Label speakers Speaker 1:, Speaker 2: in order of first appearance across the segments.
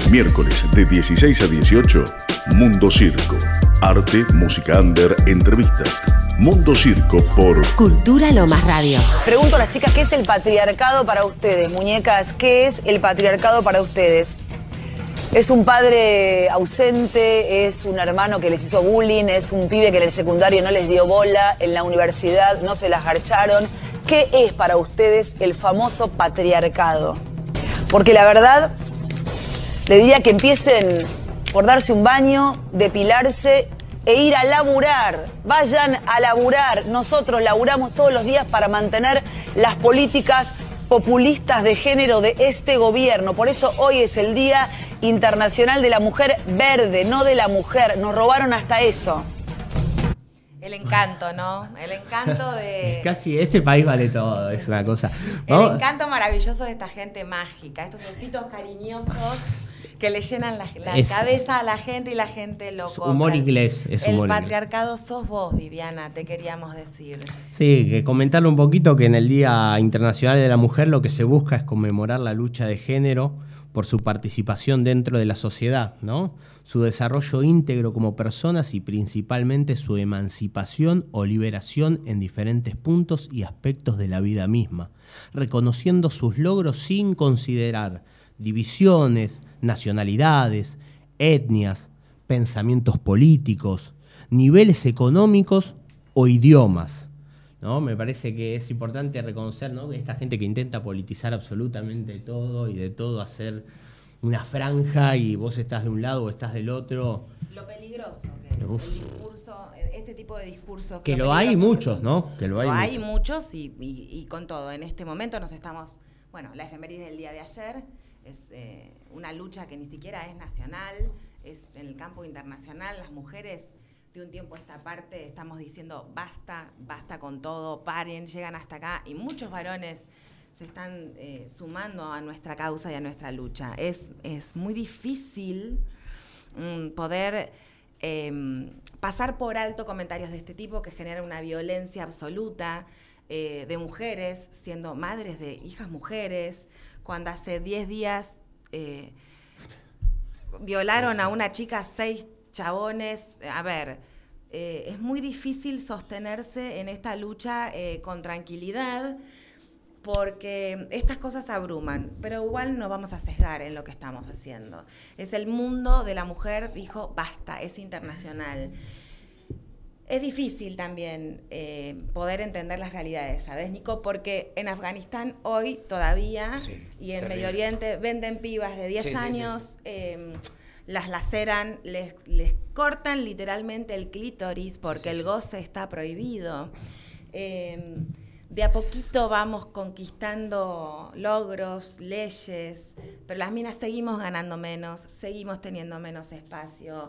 Speaker 1: Miércoles de 16 a 18, Mundo Circo. Arte, música under, entrevistas. Mundo Circo por
Speaker 2: Cultura Lomas Radio.
Speaker 3: Pregunto a las chicas, ¿qué es el patriarcado para ustedes? Muñecas, ¿qué es el patriarcado para ustedes? ¿Es un padre ausente? ¿Es un hermano que les hizo bullying? ¿Es un pibe que en el secundario no les dio bola? ¿En la universidad no se las garcharon? ¿Qué es para ustedes el famoso patriarcado? Porque la verdad, le diría que empiecen por darse un baño, depilarse e ir a laburar. Vayan a laburar. Nosotros laburamos todos los días para mantener las políticas populistas de género de este gobierno. Por eso hoy es el Día Internacional de la Mujer Verde, no de la mujer. Nos robaron hasta eso.
Speaker 4: El encanto, ¿no? El encanto de...
Speaker 5: Casi este país vale todo, es una cosa.
Speaker 4: El encanto maravilloso de esta gente mágica, estos ositos cariñosos que le llenan la cabeza a la gente y la gente lo compra.
Speaker 5: Humor inglés, es humor inglés.
Speaker 4: El patriarcado sos vos, Viviana, te queríamos decir.
Speaker 5: Sí, que comentarle un poquito que en el Día Internacional de la Mujer lo que se busca es conmemorar la lucha de género por su participación dentro de la sociedad, ¿no? Su desarrollo íntegro como personas y principalmente su emancipación o liberación en diferentes puntos y aspectos de la vida misma, reconociendo sus logros sin considerar divisiones, nacionalidades, etnias, pensamientos políticos, niveles económicos o idiomas, ¿no? Me parece que es importante reconocer, ¿no?, que esta gente que intenta politizar absolutamente todo y de todo hacer una franja y vos estás de un lado o estás del otro.
Speaker 4: Lo peligroso que es el discurso, este tipo de discursos.
Speaker 5: Que lo hay muchos, ¿no? Que lo hay
Speaker 4: muchos y con todo. En este momento nos estamos... Bueno, la efeméride del día de ayer es una lucha que ni siquiera es nacional, es en el campo internacional. Las mujeres de un tiempo a esta parte estamos diciendo basta, basta con todo, paren, llegan hasta acá y muchos varones se están sumando a nuestra causa y a nuestra lucha. Es muy difícil poder pasar por alto comentarios de este tipo que generan una violencia absoluta de mujeres, siendo madres de hijas mujeres, cuando hace 10 días violaron a una chica 6 chabones. A ver, es muy difícil sostenerse en esta lucha con tranquilidad, porque estas cosas abruman, pero igual no vamos a sesgar en lo que estamos haciendo. Es el mundo de la mujer, dijo, basta, es internacional. Es difícil también poder entender las realidades, ¿sabes, Nico? Porque en Afganistán hoy todavía, y en Medio Oriente, venden pibas de 10 años, las laceran, les cortan literalmente el clítoris porque el goce está prohibido. De a poquito vamos conquistando logros, leyes, pero las minas seguimos ganando menos, seguimos teniendo menos espacio.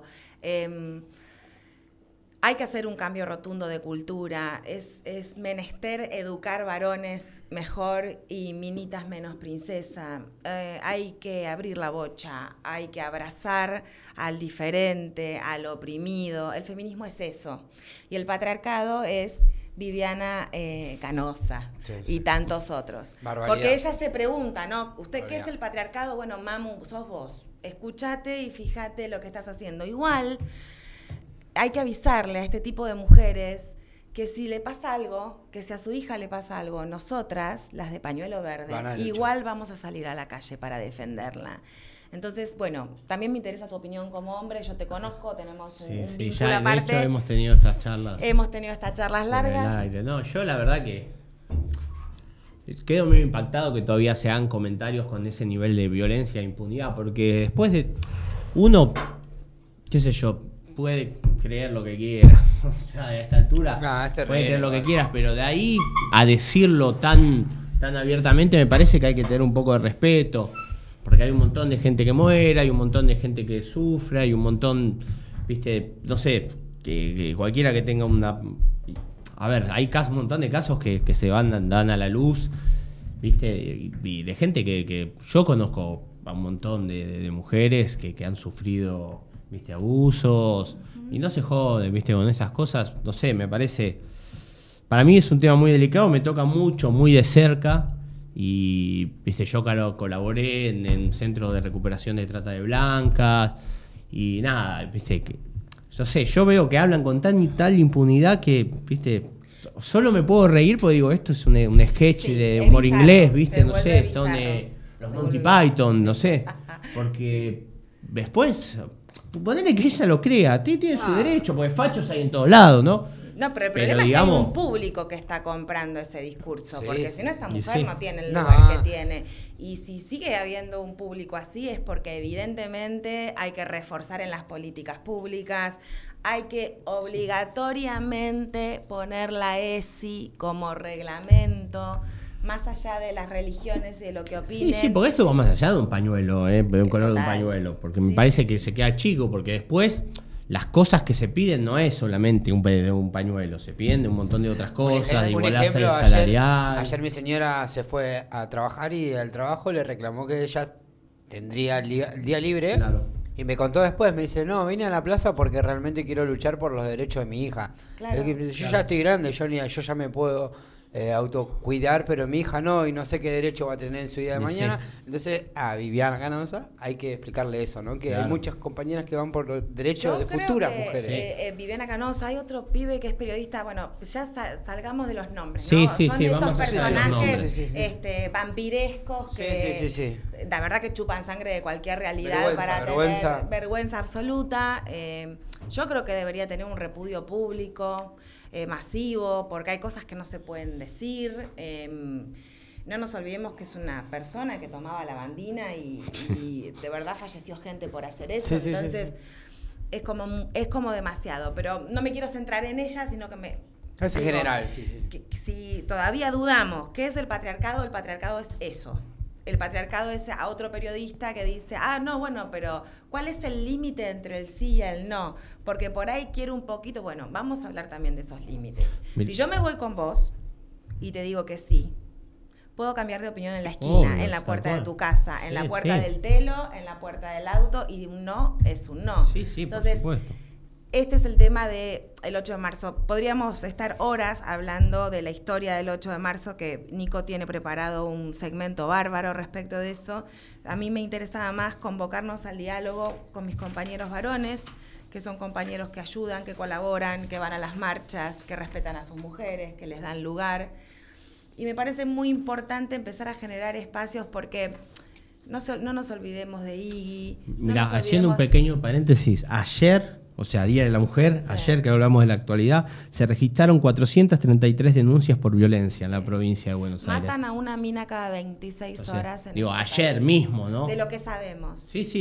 Speaker 4: Hay que hacer un cambio rotundo de cultura, es menester educar varones mejor y minitas menos princesa. Hay que abrir la bocha, hay que abrazar al diferente, al oprimido. El feminismo es eso. Y el patriarcado es Viviana Canosa y tantos otros.
Speaker 6: Barbaridad.
Speaker 4: Porque ella se pregunta, ¿no? ¿Usted qué es el patriarcado? Bueno, mamu, sos vos. Escúchate y fíjate lo que estás haciendo. Igual hay que avisarle a este tipo de mujeres que si le pasa algo, que si a su hija le pasa algo, nosotras, las de pañuelo verde, igual vamos a salir a la calle para defenderla. Entonces, bueno, también me interesa tu opinión como hombre, yo te conozco, tenemos un vínculo
Speaker 5: ya,
Speaker 4: aparte.
Speaker 5: De hecho, hemos tenido estas charlas.
Speaker 4: Hemos tenido estas charlas largas.
Speaker 5: No, yo la verdad que quedo muy impactado que todavía se hagan comentarios con ese nivel de violencia e impunidad, porque después de uno, qué sé yo, puede creer lo que quiera. O sea, a esta altura puede creer lo que quieras, pero de ahí a decirlo tan abiertamente me parece que hay que tener un poco de respeto. Porque hay un montón de gente que muere, hay un montón de gente que sufre, hay un montón, viste, no sé, que cualquiera que tenga una... A ver, hay un montón de casos que se dan a la luz, viste, y de gente que yo conozco a un montón de mujeres que han sufrido, viste, abusos, y no se joden, viste, con esas cosas, no sé, me parece... Para mí es un tema muy delicado, me toca mucho, muy de cerca, Y viste, yo colaboré en centros de recuperación de trata de blancas. Y nada, viste, yo veo que hablan con tal impunidad que, viste, solo me puedo reír porque digo, esto es un sketch de humor bizarro, inglés, viste, no sé, son los Monty Python, no sé. Porque después, ponele que ella lo crea, tiene su derecho, porque fachos hay en todos lados, ¿no?
Speaker 4: No, pero el problema es que hay un público que está comprando ese discurso, porque si no, esta mujer no tiene el lugar que tiene. Y si sigue habiendo un público así es porque evidentemente hay que reforzar en las políticas públicas, hay que obligatoriamente poner la ESI como reglamento, más allá de las religiones y de lo que opinen.
Speaker 5: Sí, porque esto va más allá de un pañuelo, de un color de un pañuelo, porque me parece que se queda chico, porque después las cosas que se piden no es solamente un pañuelo, se piden de un montón de otras cosas, de igualdad salarial.
Speaker 2: Ayer mi señora se fue a trabajar y al trabajo le reclamó que ella tendría el día libre.
Speaker 5: Claro.
Speaker 2: Y me contó después, me dice, no, vine a la plaza porque realmente quiero luchar por los derechos de mi hija.
Speaker 4: Claro.
Speaker 2: Yo ya estoy grande, yo ya me puedo autocuidar, pero mi hija no, y no sé qué derecho va a tener en su día de mañana. Entonces, a Viviana Canosa hay que explicarle eso, ¿no? Que hay muchas compañeras que van por los derechos de futuras mujeres.
Speaker 4: Viviana Canosa, hay otro pibe que es periodista, bueno, ya salgamos de los nombres,
Speaker 5: ¿no?
Speaker 4: Son estos
Speaker 5: vamos
Speaker 4: personajes vampirescos que la verdad que chupan sangre de cualquier realidad para tener vergüenza absoluta. Yo creo que debería tener un repudio público, masivo, porque hay cosas que no se pueden decir. No nos olvidemos que es una persona que tomaba lavandina y de verdad falleció gente por hacer eso. Entonces es como demasiado. Pero no me quiero centrar en ella, sino que
Speaker 2: es general,
Speaker 4: que si todavía dudamos qué es el patriarcado es eso. El patriarcado es a otro periodista que dice, no, bueno, pero ¿cuál es el límite entre el sí y el no? Porque por ahí quiero un poquito, bueno, vamos a hablar también de esos límites. Si yo me voy con vos y te digo que sí, puedo cambiar de opinión en la esquina, en la puerta de tu casa, en la puerta del telo, en la puerta del auto, y un no es un no. Entonces, por supuesto. Este es el tema del 8 de marzo. Podríamos estar horas hablando de la historia del 8 de marzo, que Nico tiene preparado un segmento bárbaro respecto de eso. A mí me interesaba más convocarnos al diálogo con mis compañeros varones, que son compañeros que ayudan, que colaboran, que van a las marchas, que respetan a sus mujeres, que les dan lugar. Y me parece muy importante empezar a generar espacios porque no nos olvidemos de Iggy.
Speaker 5: Mira, haciendo un pequeño paréntesis, ayer... O sea, Día de la Mujer, ayer que hablamos de la actualidad, se registraron 433 denuncias por violencia en la provincia de Buenos Aires.
Speaker 4: Matan a una mina cada 26 horas.
Speaker 5: Ayer mismo, ¿no?
Speaker 4: De lo que sabemos.
Speaker 5: Sí.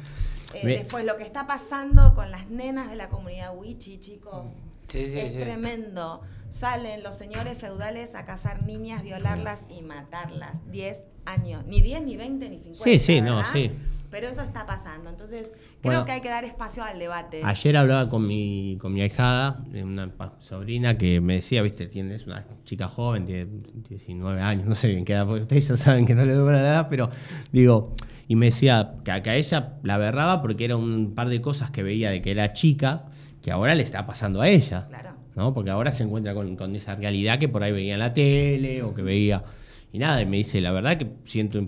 Speaker 4: Después, lo que está pasando con las nenas de la comunidad Wichi, chicos, es tremendo. Salen los señores feudales a cazar niñas, violarlas y matarlas. 10 años. Ni 10, ni 20, ni 50. Pero eso está pasando. Entonces, creo que hay que dar espacio al debate.
Speaker 5: Ayer hablaba con mi ahijada, una sobrina que me decía, viste, es una chica joven, tiene 19 años, no sé bien qué edad, porque ustedes ya saben que no le doy la edad, pero digo, y me decía que a ella la aberraba porque era un par de cosas que veía de que era chica, que ahora le está pasando a ella. Claro. ¿No? Porque ahora se encuentra con esa realidad que por ahí veía en la tele o que veía... Y nada, y me dice, la verdad que siento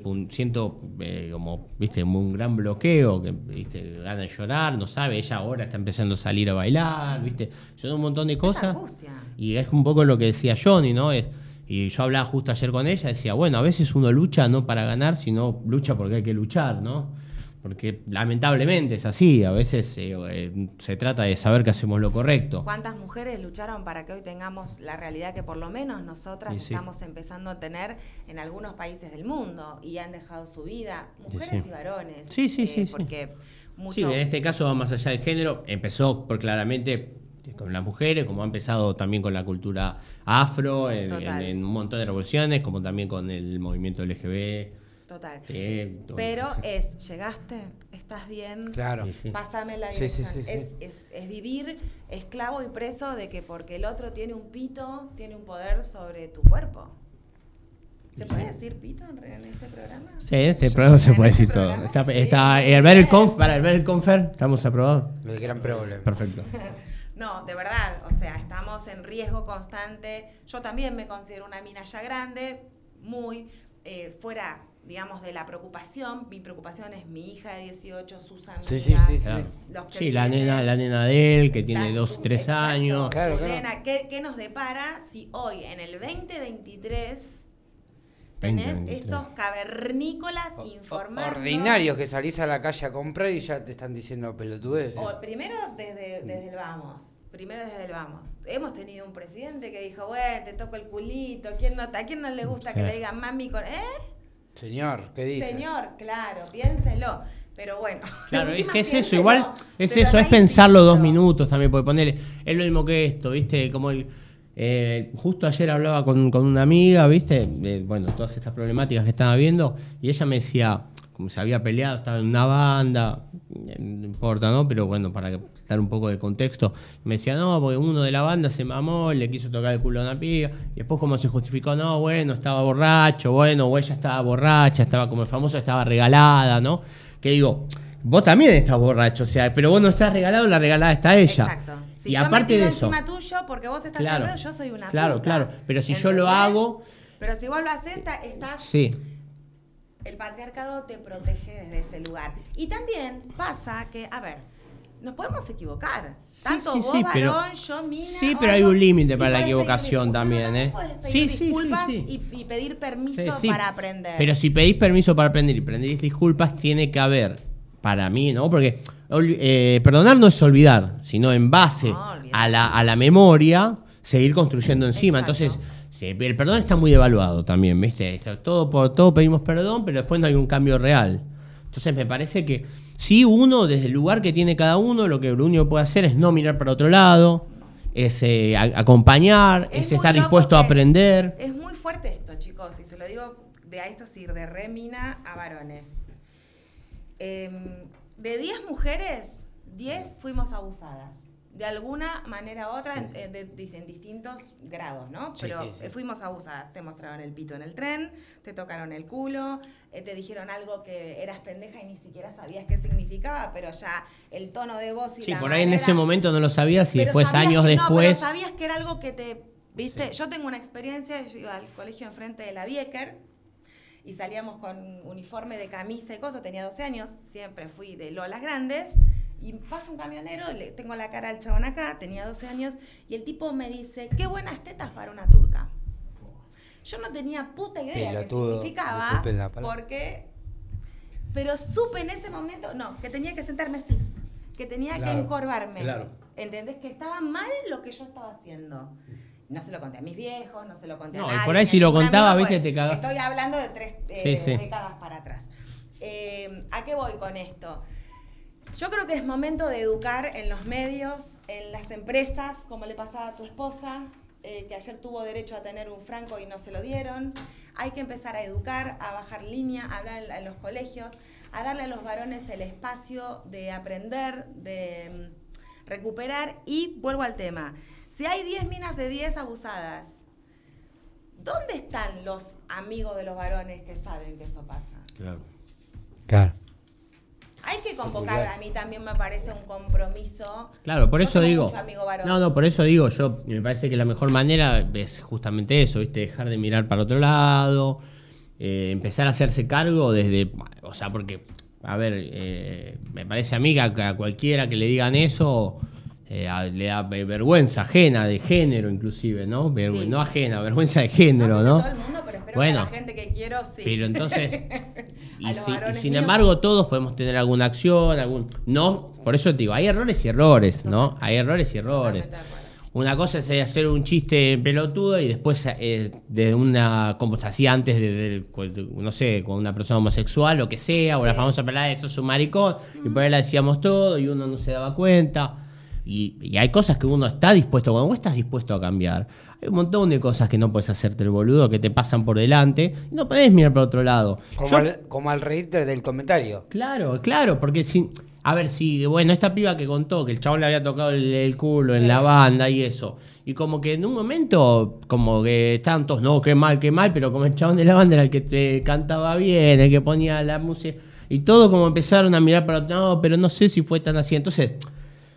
Speaker 5: como, viste, un gran bloqueo, que, viste, gana de llorar, no sabe, ella ahora está empezando a salir a bailar, viste, yo un montón de cosas. Y es un poco lo que decía Johnny, ¿no? Y yo hablaba justo ayer con ella, decía, bueno, a veces uno lucha no para ganar, sino lucha porque hay que luchar, ¿no? Porque lamentablemente es así, a veces se trata de saber que hacemos lo correcto.
Speaker 4: ¿Cuántas mujeres lucharon para que hoy tengamos la realidad que por lo menos nosotras estamos empezando a tener en algunos países del mundo y han dejado su vida, mujeres y varones? Porque mucho...
Speaker 5: Sí, en este caso va más allá del género, empezó por claramente con las mujeres, como ha empezado también con la cultura afro, en un montón de revoluciones, como también con el movimiento LGBT.
Speaker 4: Total. Pero llegaste, estás bien,
Speaker 2: claro.
Speaker 4: Pásame la dirección. Es vivir esclavo y preso de que porque el otro tiene un pito, tiene un poder sobre tu cuerpo. ¿Se puede decir pito en este programa?
Speaker 5: Sí, en este programa se puede decir todo. Está el ver el confer, ¿estamos aprobados?
Speaker 2: El gran problema.
Speaker 5: Perfecto.
Speaker 4: No, de verdad, o sea, estamos en riesgo constante. Yo también me considero una mina ya grande, fuera, digamos, de la preocupación, mi preocupación es mi hija de 18, sus amigas,
Speaker 5: Claro.
Speaker 4: los que
Speaker 5: Sí, la
Speaker 4: vienen,
Speaker 5: nena de él, que tiene 2, 3
Speaker 4: exacto,
Speaker 5: años.
Speaker 2: Claro,
Speaker 4: tu
Speaker 2: claro.
Speaker 4: nena, ¿qué nos depara si hoy, en el 2023, tenés
Speaker 5: 2023.
Speaker 4: estos cavernícolas informando?
Speaker 2: Ordinarios que salís a la calle a comprar y ya te están diciendo pelotudeces.
Speaker 4: Primero desde el vamos. Hemos tenido un presidente que dijo, bueno, te toco el culito. ¿A quién no le gusta
Speaker 5: Sí.
Speaker 4: que le digan mami con...
Speaker 2: Señor, ¿qué dice?
Speaker 4: Señor, claro, piénselo. Pero bueno.
Speaker 5: Claro,
Speaker 4: de
Speaker 5: es
Speaker 4: última
Speaker 5: que es eso,
Speaker 4: piénselo,
Speaker 5: igual es
Speaker 4: pero
Speaker 5: eso,
Speaker 4: no
Speaker 5: es pensarlo 2
Speaker 4: insisto.
Speaker 5: minutos también, porque ponerle, es lo mismo que esto, ¿viste? Como justo ayer hablaba con una amiga, ¿viste? Bueno, todas estas problemáticas que estaba viendo, y ella me decía, como se había peleado, estaba en una banda, no importa, ¿no? Pero bueno, para dar un poco de contexto, me decía, no, porque uno de la banda se mamó, le quiso tocar el culo a una piba, y después como se justificó, no, bueno, estaba borracho, bueno, o ella estaba borracha, estaba como el famoso, estaba regalada, ¿no? Que digo, vos también estás borracho, o sea, pero vos no estás regalado, la regalada está ella.
Speaker 4: Exacto. Si
Speaker 5: y
Speaker 4: yo
Speaker 5: aparte
Speaker 4: me tiro
Speaker 5: de eso,
Speaker 4: encima tuyo porque vos estás
Speaker 5: Claro,
Speaker 4: hablando, yo soy una
Speaker 5: claro,
Speaker 4: puta.
Speaker 5: claro, pero si yo lo
Speaker 4: ¿Entendés?
Speaker 5: hago,
Speaker 4: Pero si vos lo haces, estás...
Speaker 5: sí,
Speaker 4: El patriarcado te protege desde ese lugar. Y también pasa que, a ver, nos podemos equivocar. Tanto
Speaker 5: sí,
Speaker 4: vos,
Speaker 5: sí, pero-
Speaker 4: varón, yo, mina.
Speaker 5: sí, pero hay
Speaker 4: algo,
Speaker 5: un límite
Speaker 4: y
Speaker 5: para la
Speaker 4: podés pedir
Speaker 5: equivocación
Speaker 4: disculpas.
Speaker 5: también, ¿eh?
Speaker 4: Podés pedir
Speaker 5: Sí, sí, sí,
Speaker 4: disculpas
Speaker 5: sí.
Speaker 4: Y pedir permiso
Speaker 5: Sí, sí.
Speaker 4: para aprender.
Speaker 5: Pero si pedís permiso para aprender y pedís disculpas, tiene que haber, para mí, ¿no? Porque perdonar no es olvidar, sino en base
Speaker 4: No, olvidar.
Speaker 5: a la memoria, seguir construyendo encima.
Speaker 4: Exacto.
Speaker 5: Entonces, sí, el perdón está muy devaluado también, ¿viste? Todo pedimos perdón, pero después no hay un cambio real. Entonces me parece que sí, uno, desde el lugar que tiene cada uno, lo que lo único que puede hacer es no mirar para otro lado, es acompañar, es
Speaker 4: muy
Speaker 5: estar
Speaker 4: loco
Speaker 5: dispuesto a
Speaker 4: que
Speaker 5: aprender.
Speaker 4: Es muy fuerte esto, chicos, y se lo digo a esto es ir de remina a varones. De 10 mujeres, 10 fuimos abusadas. De alguna manera u otra, en distintos grados, ¿no?
Speaker 2: Sí,
Speaker 4: Pero
Speaker 2: sí.
Speaker 4: fuimos abusadas. Te mostraron el pito en el tren, te tocaron el culo, te dijeron algo que eras pendeja y ni siquiera sabías qué significaba, pero ya el tono de voz y
Speaker 5: Sí,
Speaker 4: la
Speaker 5: por ahí en
Speaker 4: manera-
Speaker 5: ese momento no lo sabías y
Speaker 4: Pero
Speaker 5: después,
Speaker 4: sabías
Speaker 5: años
Speaker 4: que no, pero
Speaker 5: después...
Speaker 4: sabías que era algo que te... ¿Viste? Yo tengo una experiencia, yo iba al colegio enfrente de la Bieker y salíamos con uniforme de camisa y cosas, tenía 12 años, siempre fui de lolas grandes, y pasa un camionero, le tengo la cara al chabón acá, tenía 12 años, y el tipo me dice, qué buenas tetas para una turca. Yo no tenía puta idea
Speaker 2: Pelotudo,
Speaker 4: qué significaba,
Speaker 2: disculpen la palabra.
Speaker 4: porque... Pero supe en ese momento, no, que tenía que sentarme así, que tenía que encorvarme.
Speaker 5: claro.
Speaker 4: ¿Entendés? Que estaba mal lo que yo estaba haciendo. No se lo conté a mis viejos, no se lo conté
Speaker 5: No,
Speaker 4: a
Speaker 5: y
Speaker 4: nadie.
Speaker 5: por ahí
Speaker 4: ni a
Speaker 5: si lo
Speaker 4: ningún
Speaker 5: contaba,
Speaker 4: amigo,
Speaker 5: viste,
Speaker 4: pues,
Speaker 5: te cagás.
Speaker 4: Estoy hablando de 3
Speaker 5: Sí, sí.
Speaker 4: décadas para atrás. ¿A qué voy con esto? Yo creo que es momento de educar en los medios, en las empresas, como le pasaba a tu esposa, que ayer tuvo derecho a tener un franco y no se lo dieron. Hay que empezar a educar, a bajar línea, a hablar en los colegios, a darle a los varones el espacio de aprender, de recuperar. Y vuelvo al tema. Si hay 10 minas de 10 abusadas, ¿dónde están los amigos de los varones que saben que eso pasa?
Speaker 2: Claro.
Speaker 4: Hay que convocar, a mí también me parece un compromiso.
Speaker 5: Claro, por
Speaker 4: Yo
Speaker 5: eso
Speaker 4: tengo
Speaker 5: digo.
Speaker 4: mucho amigo varón.
Speaker 5: No, por eso digo, yo me parece que la mejor manera es justamente eso, ¿viste? Dejar de mirar para otro lado, empezar a hacerse cargo desde, o sea, porque, a ver, me parece a mí que a cualquiera que le digan eso le da vergüenza ajena de género inclusive, ¿no?
Speaker 4: Sí.
Speaker 5: No ajena, vergüenza de género,
Speaker 4: No
Speaker 5: ¿no?
Speaker 4: sé si todo el mundo, pero espero
Speaker 5: Bueno,
Speaker 4: que la gente que quiero sí.
Speaker 5: Pero entonces,
Speaker 4: A los varones
Speaker 5: sin
Speaker 4: míos,
Speaker 5: embargo, todos podemos tener alguna acción, no, por eso te digo, hay errores y errores, ¿no? Hay errores y errores.
Speaker 4: Totalmente de acuerdo.
Speaker 5: Una cosa es hacer un chiste pelotudo y después de una, como se hacía antes, no sé, con una persona homosexual o que sea, o la
Speaker 4: Sí.
Speaker 5: famosa palabra de sos un maricón, y por ahí la decíamos todo y uno no se daba cuenta. Y hay cosas que uno está dispuesto, cuando vos estás dispuesto a cambiar, hay un montón de cosas que no puedes hacerte el boludo, que te pasan por delante, y no podés mirar para otro lado.
Speaker 2: Como al reírte del comentario.
Speaker 5: Claro, porque a ver, si, bueno, esta piba que contó que el chabón le había tocado el culo en la banda y eso, y como que en un momento, como que estaban todos, no, qué mal, pero como el chabón de la banda era el que te cantaba bien, el que ponía la música, y todo como empezaron a mirar para otro lado, pero no sé si fue tan así. Entonces,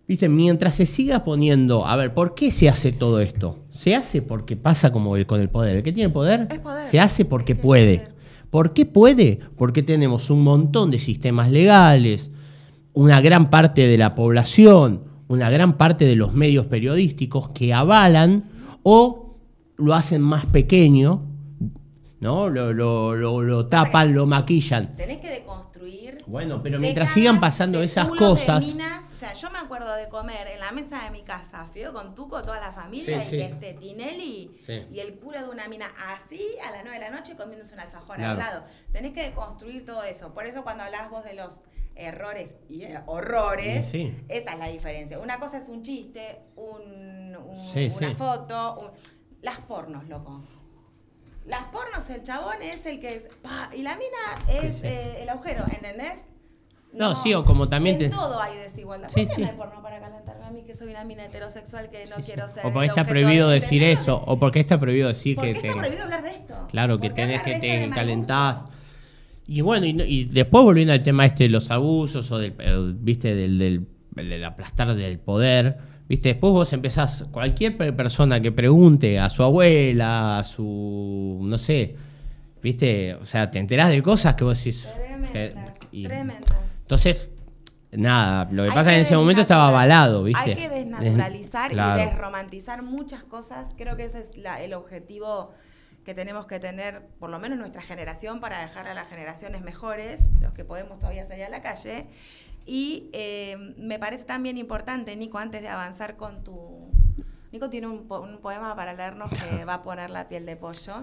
Speaker 5: ¿Viste? Mientras se siga poniendo... A ver, ¿por qué se hace todo esto? Se hace porque pasa como con el poder. El que tiene poder,
Speaker 4: Es poder.
Speaker 5: se hace porque
Speaker 4: Es que
Speaker 5: puede.
Speaker 4: es poder.
Speaker 5: ¿Por qué puede? Porque tenemos un montón de sistemas legales, una gran parte de la población, una gran parte de los medios periodísticos que avalan o lo hacen más pequeño, ¿no? Lo tapan, lo maquillan.
Speaker 4: Tenés que deconstruir.
Speaker 5: Bueno, pero mientras
Speaker 4: décadas
Speaker 5: sigan pasando
Speaker 4: de
Speaker 5: esas
Speaker 4: culos de
Speaker 5: cosas...
Speaker 4: minas. O sea, yo me acuerdo de comer en la mesa de mi casa, fideo con tuco, toda la familia,
Speaker 5: Sí,
Speaker 4: y
Speaker 5: sí.
Speaker 4: Tinelli,
Speaker 5: Sí.
Speaker 4: y el culo de una mina así a las 9 de la noche comiéndose un alfajor
Speaker 5: Claro.
Speaker 4: al lado. Tenés que deconstruir todo eso. Por eso cuando hablás vos de los errores y horrores,
Speaker 5: Sí.
Speaker 4: esa es la diferencia. Una cosa es un chiste,
Speaker 5: Sí,
Speaker 4: una
Speaker 5: sí.
Speaker 4: foto, las pornos, loco. Las pornos, el chabón es el que es... ¡pah! Y la mina es
Speaker 5: Sí.
Speaker 4: el agujero, ¿entendés?
Speaker 5: No, sí, o como también
Speaker 4: en
Speaker 5: te-
Speaker 4: todo hay desigualdad.
Speaker 5: Sí,
Speaker 4: ¿Por qué
Speaker 5: sí.
Speaker 4: no hay porno para calentarme a mí que soy una mina heterosexual que no
Speaker 5: Sí, sí.
Speaker 4: quiero ser?
Speaker 5: O porque
Speaker 4: el
Speaker 5: está
Speaker 4: objeto
Speaker 5: prohibido
Speaker 4: de
Speaker 5: decir
Speaker 4: interés?
Speaker 5: eso, o porque está prohibido decir
Speaker 4: ¿Por qué
Speaker 5: que
Speaker 4: está
Speaker 5: te...
Speaker 4: prohibido hablar de esto?
Speaker 5: Claro, que
Speaker 4: ¿Por qué
Speaker 5: tenés
Speaker 4: hablar
Speaker 5: que
Speaker 4: de esto de
Speaker 5: te
Speaker 4: mal
Speaker 5: calentás.
Speaker 4: gusto?
Speaker 5: Y bueno, y después volviendo al tema de los abusos o viste, del aplastar del poder, viste, después vos empezás, cualquier persona que pregunte a su abuela, a su, no sé, viste, o sea, te enterás de cosas que vos decís...
Speaker 4: Tremendas,
Speaker 5: y-
Speaker 4: tremendas.
Speaker 5: Entonces, nada, lo que
Speaker 4: Hay
Speaker 5: pasa es que en ese momento estaba avalado, viste.
Speaker 4: Hay que desnaturalizar
Speaker 5: Claro.
Speaker 4: y desromantizar muchas cosas. Creo que ese es el objetivo que tenemos que tener, por lo menos nuestra generación, para dejar a las generaciones mejores, los que podemos todavía salir a la calle. Y me parece también importante, Nico, antes de avanzar con tu... Nico tiene un poema para leernos que va a poner la piel de pollo,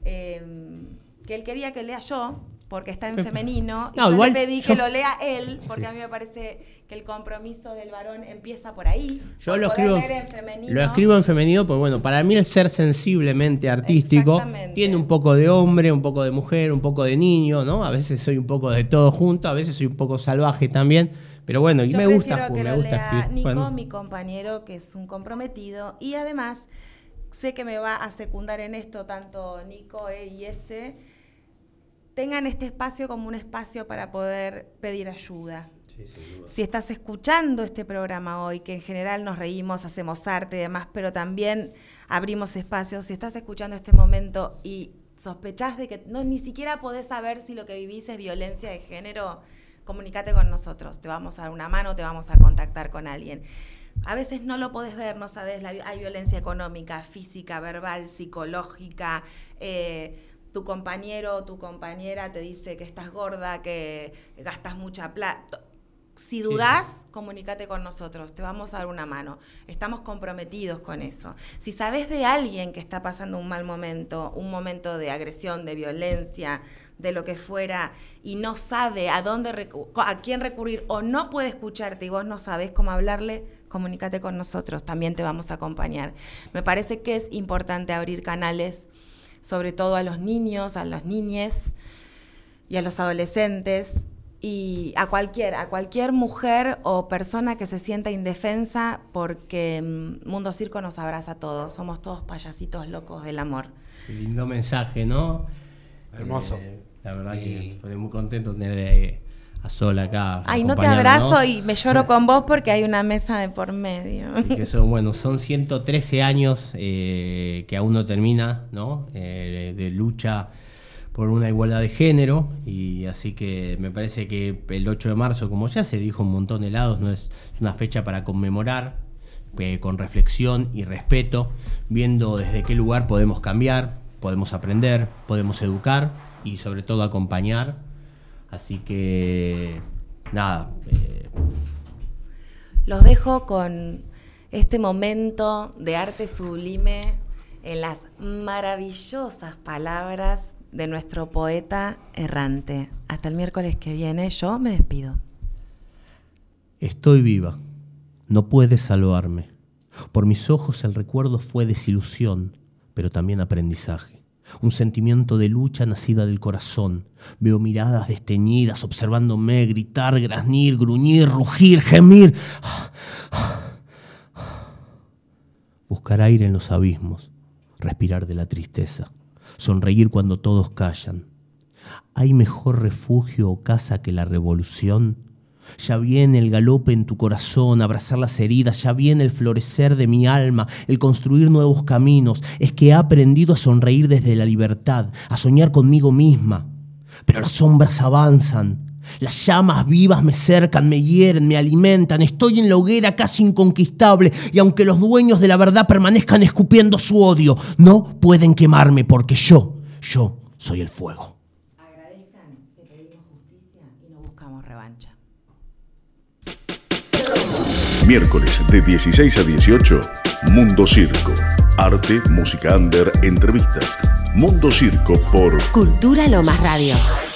Speaker 4: que él quería que lea yo, porque está en femenino, y
Speaker 5: No,
Speaker 4: yo
Speaker 5: igual
Speaker 4: le pedí
Speaker 5: yo-
Speaker 4: que lo lea él, porque a mí me parece que el compromiso del varón empieza por ahí.
Speaker 5: Yo
Speaker 4: por
Speaker 5: lo
Speaker 4: poder
Speaker 5: escribo,
Speaker 4: leer en femenino.
Speaker 5: lo escribo en femenino, porque bueno, para mí el ser sensiblemente artístico
Speaker 4: Exactamente.
Speaker 5: tiene un poco de hombre, un poco de mujer, un poco de niño, ¿no? A veces soy un poco de todo junto, a veces soy un poco salvaje también, pero bueno, y
Speaker 4: Yo
Speaker 5: me
Speaker 4: prefiero
Speaker 5: gusta,
Speaker 4: que
Speaker 5: me
Speaker 4: lo
Speaker 5: gusta
Speaker 4: lea
Speaker 5: escribir.
Speaker 4: Nico,
Speaker 5: Bueno,
Speaker 4: mi compañero, que es un comprometido, y además sé que me va a secundar en esto tanto Nico y ese. Tengan este espacio como un espacio para poder pedir ayuda. Si estás escuchando este programa hoy, que en general nos reímos, hacemos arte y demás, pero también abrimos espacios, si estás escuchando este momento y sospechás de que ni siquiera podés saber si lo que vivís es violencia de género, comunícate con nosotros, te vamos a dar una mano, te vamos a contactar con alguien. A veces no lo podés ver, no sabés, hay violencia económica, física, verbal, psicológica, tu compañero o tu compañera te dice que estás gorda, que gastas mucha plata. Si dudás, comunícate con nosotros, te vamos a dar una mano. Estamos comprometidos con eso. Si sabés de alguien que está pasando un mal momento, un momento de agresión, de violencia, de lo que fuera, y no sabe a quién recurrir o no puede escucharte y vos no sabés cómo hablarle, comunícate con nosotros, también te vamos a acompañar. Me parece que es importante abrir canales, sobre todo a los niños, a las niñas y a los adolescentes, y a cualquier mujer o persona que se sienta indefensa, porque Mundo Circo nos abraza a todos, somos todos payasitos locos del amor.
Speaker 5: qué lindo mensaje, ¿no?
Speaker 2: Hermoso.
Speaker 5: La verdad que estoy muy contento de tener a Sol acá.
Speaker 4: Ay, no te
Speaker 5: acompañándonos.
Speaker 4: abrazo y me lloro con vos porque hay una mesa de por medio.
Speaker 5: Sí, que son 113 años que aún no termina, ¿no? De lucha por una igualdad de género, y así que me parece que el 8 de marzo, como ya se dijo en un montón de lados, no es una fecha para conmemorar, con reflexión y respeto, viendo desde qué lugar podemos cambiar, podemos aprender, podemos educar y sobre todo acompañar. Así que nada,
Speaker 4: Los dejo con este momento de arte sublime en las maravillosas palabras de nuestro poeta errante. Hasta el miércoles que viene, yo me despido.
Speaker 5: estoy viva, no puedes salvarme. Por mis ojos el recuerdo fue desilusión, pero también aprendizaje. Un sentimiento de lucha nacida del corazón. Veo miradas desteñidas observándome gritar, graznar, gruñir, rugir, gemir. Buscar aire en los abismos, respirar de la tristeza, sonreír cuando todos callan. ¿Hay mejor refugio o casa que la revolución? Ya viene el galope en tu corazón, abrazar las heridas, ya viene el florecer de mi alma, el construir nuevos caminos. Es que he aprendido a sonreír desde la libertad, a soñar conmigo misma. Pero las sombras avanzan, las llamas vivas me cercan, me hieren, me alimentan. Estoy en la hoguera casi inconquistable y aunque los dueños de la verdad permanezcan escupiendo su odio, no pueden quemarme porque yo soy el fuego.
Speaker 4: Agradezcan que pedimos justicia y no buscamos revancha.
Speaker 1: Miércoles de 16 a 18, Mundo Circo. Arte, música under, entrevistas. Mundo Circo por
Speaker 6: Cultura Lomas Radio.